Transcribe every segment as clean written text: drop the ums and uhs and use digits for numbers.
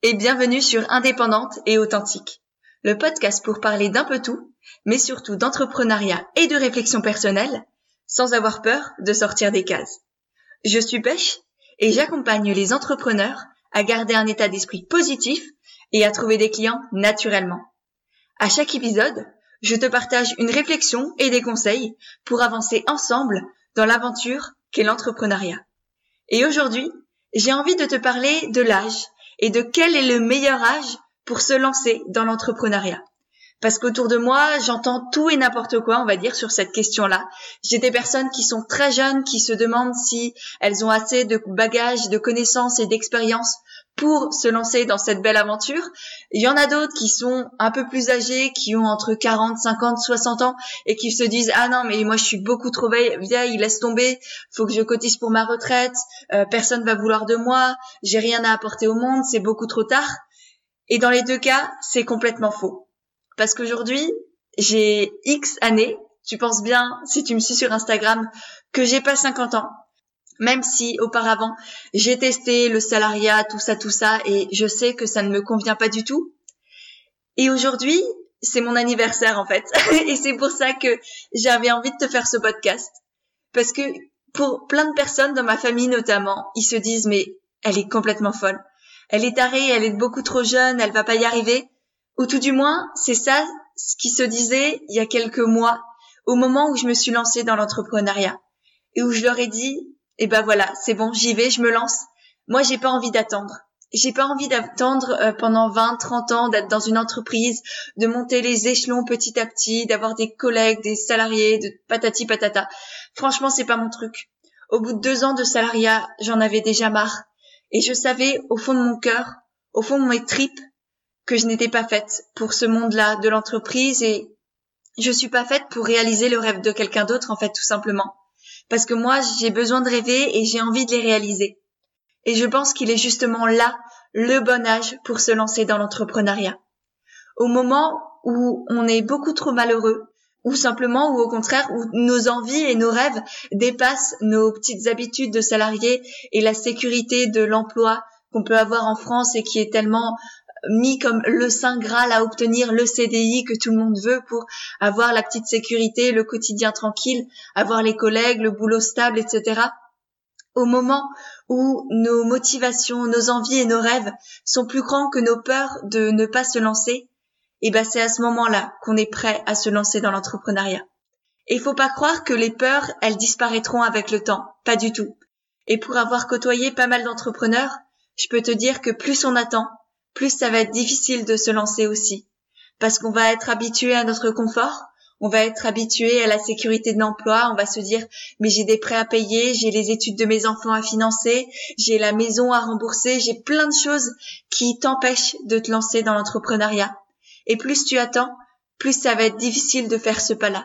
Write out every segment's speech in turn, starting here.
et bienvenue sur Indépendante et Authentique, le podcast pour parler d'un peu tout, mais surtout d'entrepreneuriat et de réflexion personnelle, sans avoir peur de sortir des cases. Je suis Pêche et j'accompagne les entrepreneurs à garder un état d'esprit positif et à trouver des clients naturellement. À chaque épisode, je te partage une réflexion et des conseils pour avancer ensemble dans l'aventure qu'est l'entrepreneuriat. Et aujourd'hui, j'ai envie de te parler de l'âge et de quel est le meilleur âge pour se lancer dans l'entrepreneuriat. Parce qu'autour de moi, j'entends tout et n'importe quoi, on va dire, sur cette question-là. J'ai des personnes qui sont très jeunes, qui se demandent si elles ont assez de bagages, de connaissances et d'expérience pour se lancer dans cette belle aventure. Il y en a d'autres qui sont un peu plus âgés, qui ont entre 40, 50, 60 ans et qui se disent « Ah non, mais moi je suis beaucoup trop vieille, laisse tomber, faut que je cotise pour ma retraite, personne va vouloir de moi, j'ai rien à apporter au monde, c'est beaucoup trop tard. » Et dans les deux cas, c'est complètement faux. Parce qu'aujourd'hui, j'ai X années, tu penses bien, si tu me suis sur Instagram, que j'ai pas 50 ans. Même si auparavant, j'ai testé le salariat, tout ça, et je sais que ça ne me convient pas du tout. Et aujourd'hui, c'est mon anniversaire en fait. Et c'est pour ça que j'avais envie de te faire ce podcast. Parce que pour plein de personnes, dans ma famille notamment, ils se disent « mais elle est complètement folle. Elle est tarée, elle est beaucoup trop jeune, elle va pas y arriver. » Ou tout du moins, c'est ça ce qui se disait il y a quelques mois, au moment où je me suis lancée dans l'entrepreneuriat. Et où je leur ai dit « eh ben voilà, c'est bon, j'y vais, je me lance. Moi, j'ai pas envie d'attendre. J'ai pas envie d'attendre pendant 20, 30 ans, d'être dans une entreprise, de monter les échelons petit à petit, d'avoir des collègues, des salariés, de patati patata. Franchement, c'est pas mon truc. Au bout de 2 ans de salariat, j'en avais déjà marre. Et je savais, au fond de mon cœur, au fond de mes tripes, que je n'étais pas faite pour ce monde-là de l'entreprise et je suis pas faite pour réaliser le rêve de quelqu'un d'autre, en fait, tout simplement. Parce que moi, j'ai besoin de rêver et j'ai envie de les réaliser. Et je pense qu'il est justement là le bon âge pour se lancer dans l'entrepreneuriat. Au moment où on est beaucoup trop malheureux, ou simplement, ou au contraire, où nos envies et nos rêves dépassent nos petites habitudes de salariés et la sécurité de l'emploi qu'on peut avoir en France et qui est tellement mis comme le saint graal à obtenir, le CDI que tout le monde veut pour avoir la petite sécurité, le quotidien tranquille, avoir les collègues, le boulot stable, etc. Au moment où nos motivations, nos envies et nos rêves sont plus grands que nos peurs de ne pas se lancer, et ben c'est à ce moment-là qu'on est prêt à se lancer dans l'entrepreneuriat. Et il faut pas croire que les peurs, elles disparaîtront avec le temps, pas du tout. Et pour avoir côtoyé pas mal d'entrepreneurs, je peux te dire que plus on attend, plus ça va être difficile de se lancer aussi. Parce qu'on va être habitué à notre confort, on va être habitué à la sécurité de l'emploi, on va se dire « mais j'ai des prêts à payer, j'ai les études de mes enfants à financer, j'ai la maison à rembourser, j'ai plein de choses qui t'empêchent de te lancer dans l'entrepreneuriat. » Et plus tu attends, plus ça va être difficile de faire ce pas-là.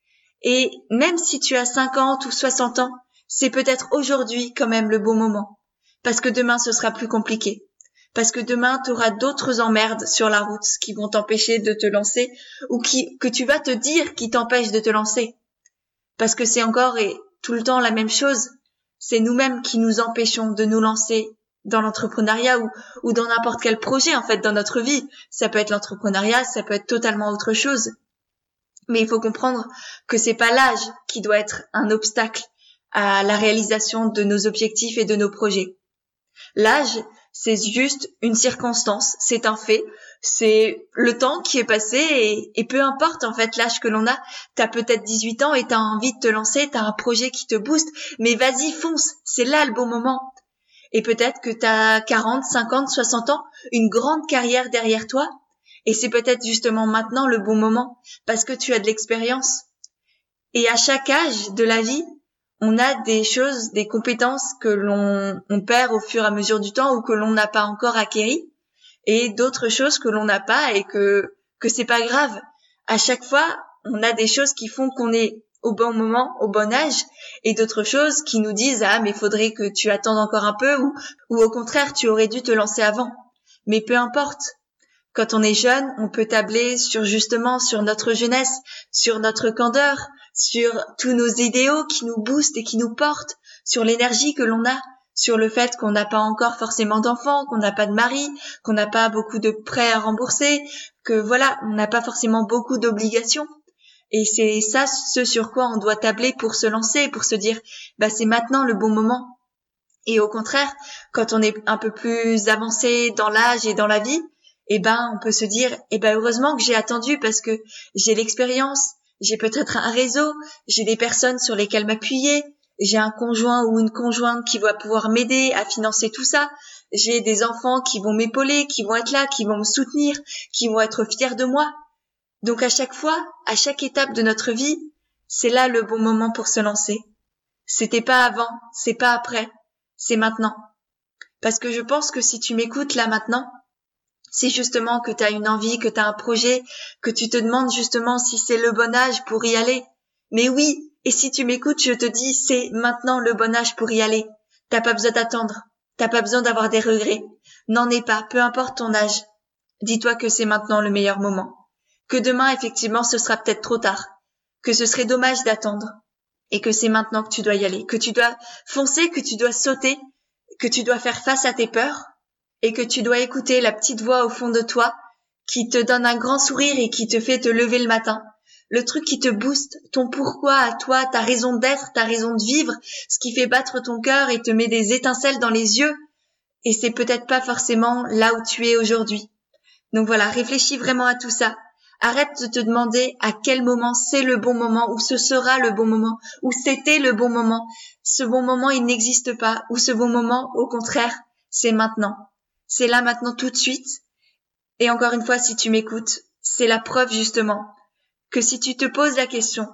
Et même si tu as 50 ou 60 ans, c'est peut-être aujourd'hui quand même le bon moment. Parce que demain, ce sera plus compliqué. Parce que demain, tu auras d'autres emmerdes sur la route qui vont t'empêcher de te lancer ou que tu vas te dire qui t'empêchent de te lancer. Parce que c'est encore et tout le temps la même chose. C'est nous-mêmes qui nous empêchons de nous lancer dans l'entrepreneuriat ou dans n'importe quel projet en fait dans notre vie. Ça peut être l'entrepreneuriat, ça peut être totalement autre chose. Mais il faut comprendre que c'est pas l'âge qui doit être un obstacle à la réalisation de nos objectifs et de nos projets. L'âge, c'est juste une circonstance, c'est un fait, c'est le temps qui est passé et peu importe en fait l'âge que l'on a, t'as peut-être 18 ans et t'as envie de te lancer, t'as un projet qui te booste, mais vas-y fonce, c'est là le bon moment. Et peut-être que t'as 40, 50, 60 ans, une grande carrière derrière toi et c'est peut-être justement maintenant le bon moment parce que tu as de l'expérience. Et à chaque âge de la vie, on a des choses, des compétences que l'on perd au fur et à mesure du temps ou que l'on n'a pas encore acquéries et d'autres choses que l'on n'a pas et que c'est pas grave. À chaque fois, on a des choses qui font qu'on est au bon moment, au bon âge et d'autres choses qui nous disent « ah, mais faudrait que tu attendes encore un peu » ou au contraire, tu aurais dû te lancer avant. Mais peu importe. Quand on est jeune, on peut tabler sur notre jeunesse, sur notre candeur, sur tous nos idéaux qui nous boostent et qui nous portent, sur l'énergie que l'on a, sur le fait qu'on n'a pas encore forcément d'enfants, qu'on n'a pas de mari, qu'on n'a pas beaucoup de prêts à rembourser, que voilà, on n'a pas forcément beaucoup d'obligations. Et c'est ça ce sur quoi on doit tabler pour se lancer, pour se dire c'est maintenant le bon moment. Et au contraire, quand on est un peu plus avancé dans l'âge et dans la vie, on peut se dire heureusement que j'ai attendu parce que j'ai l'expérience, j'ai peut-être un réseau, j'ai des personnes sur lesquelles m'appuyer, j'ai un conjoint ou une conjointe qui va pouvoir m'aider à financer tout ça, j'ai des enfants qui vont m'épauler, qui vont être là, qui vont me soutenir, qui vont être fiers de moi. Donc à chaque fois, à chaque étape de notre vie, c'est là le bon moment pour se lancer. C'était pas avant, c'est pas après, c'est maintenant. Parce que je pense que si tu m'écoutes là maintenant, c'est justement que tu as une envie, que tu as un projet, que tu te demandes justement si c'est le bon âge pour y aller. Mais oui, et si tu m'écoutes, je te dis, c'est maintenant le bon âge pour y aller. T'as pas besoin d'attendre, t'as pas besoin d'avoir des regrets. N'en aie pas, peu importe ton âge. Dis-toi que c'est maintenant le meilleur moment. Que demain, effectivement, ce sera peut-être trop tard. Que ce serait dommage d'attendre. Et que c'est maintenant que tu dois y aller. Que tu dois foncer, que tu dois sauter, que tu dois faire face à tes peurs. Et que tu dois écouter la petite voix au fond de toi qui te donne un grand sourire et qui te fait te lever le matin. Le truc qui te booste, ton pourquoi à toi, ta raison d'être, ta raison de vivre, ce qui fait battre ton cœur et te met des étincelles dans les yeux. Et c'est peut-être pas forcément là où tu es aujourd'hui. Donc voilà, réfléchis vraiment à tout ça. Arrête de te demander à quel moment c'est le bon moment, ou ce sera le bon moment, ou c'était le bon moment. Ce bon moment, il n'existe pas, ou ce bon moment, au contraire, c'est maintenant. C'est là maintenant tout de suite. Et encore une fois, si tu m'écoutes, c'est la preuve justement que si tu te poses la question,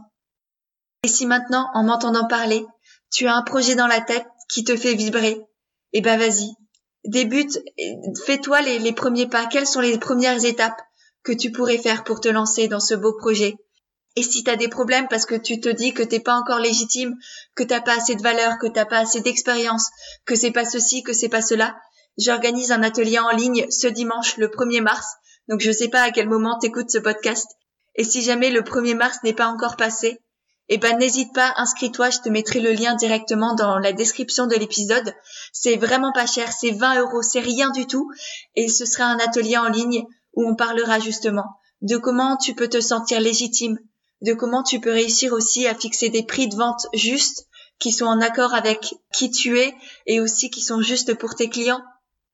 et si maintenant, en m'entendant parler, tu as un projet dans la tête qui te fait vibrer, vas-y, débute, fais-toi les premiers pas. Quelles sont les premières étapes que tu pourrais faire pour te lancer dans ce beau projet? Et si t'as des problèmes parce que tu te dis que t'es pas encore légitime, que t'as pas assez de valeur, que t'as pas assez d'expérience, que c'est pas ceci, que c'est pas cela, j'organise un atelier en ligne ce dimanche, le 1er mars. Donc je sais pas à quel moment t'écoutes ce podcast. Et si jamais le 1er mars n'est pas encore passé, n'hésite pas, inscris-toi, je te mettrai le lien directement dans la description de l'épisode. C'est vraiment pas cher, c'est 20 €, c'est rien du tout. Et ce sera un atelier en ligne où on parlera justement de comment tu peux te sentir légitime, de comment tu peux réussir aussi à fixer des prix de vente justes, qui sont en accord avec qui tu es et aussi qui sont justes pour tes clients.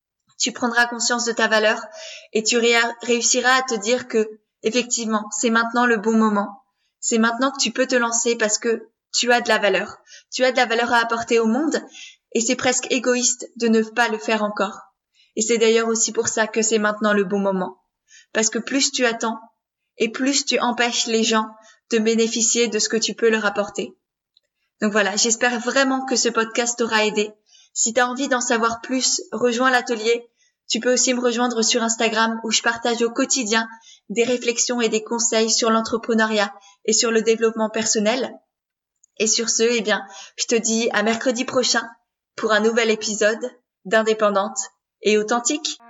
Tu prendras conscience de ta valeur et tu réussiras à te dire que, effectivement, c'est maintenant le bon moment. C'est maintenant que tu peux te lancer parce que tu as de la valeur. Tu as de la valeur à apporter au monde et c'est presque égoïste de ne pas le faire encore. Et c'est d'ailleurs aussi pour ça que c'est maintenant le bon moment. Parce que plus tu attends et plus tu empêches les gens de bénéficier de ce que tu peux leur apporter. Donc voilà, j'espère vraiment que ce podcast t'aura aidé. Si tu as envie d'en savoir plus, rejoins l'atelier. Tu peux aussi me rejoindre sur Instagram où je partage au quotidien des réflexions et des conseils sur l'entrepreneuriat et sur le développement personnel. Et sur ce, je te dis à mercredi prochain pour un nouvel épisode d'Indépendante et Authentique.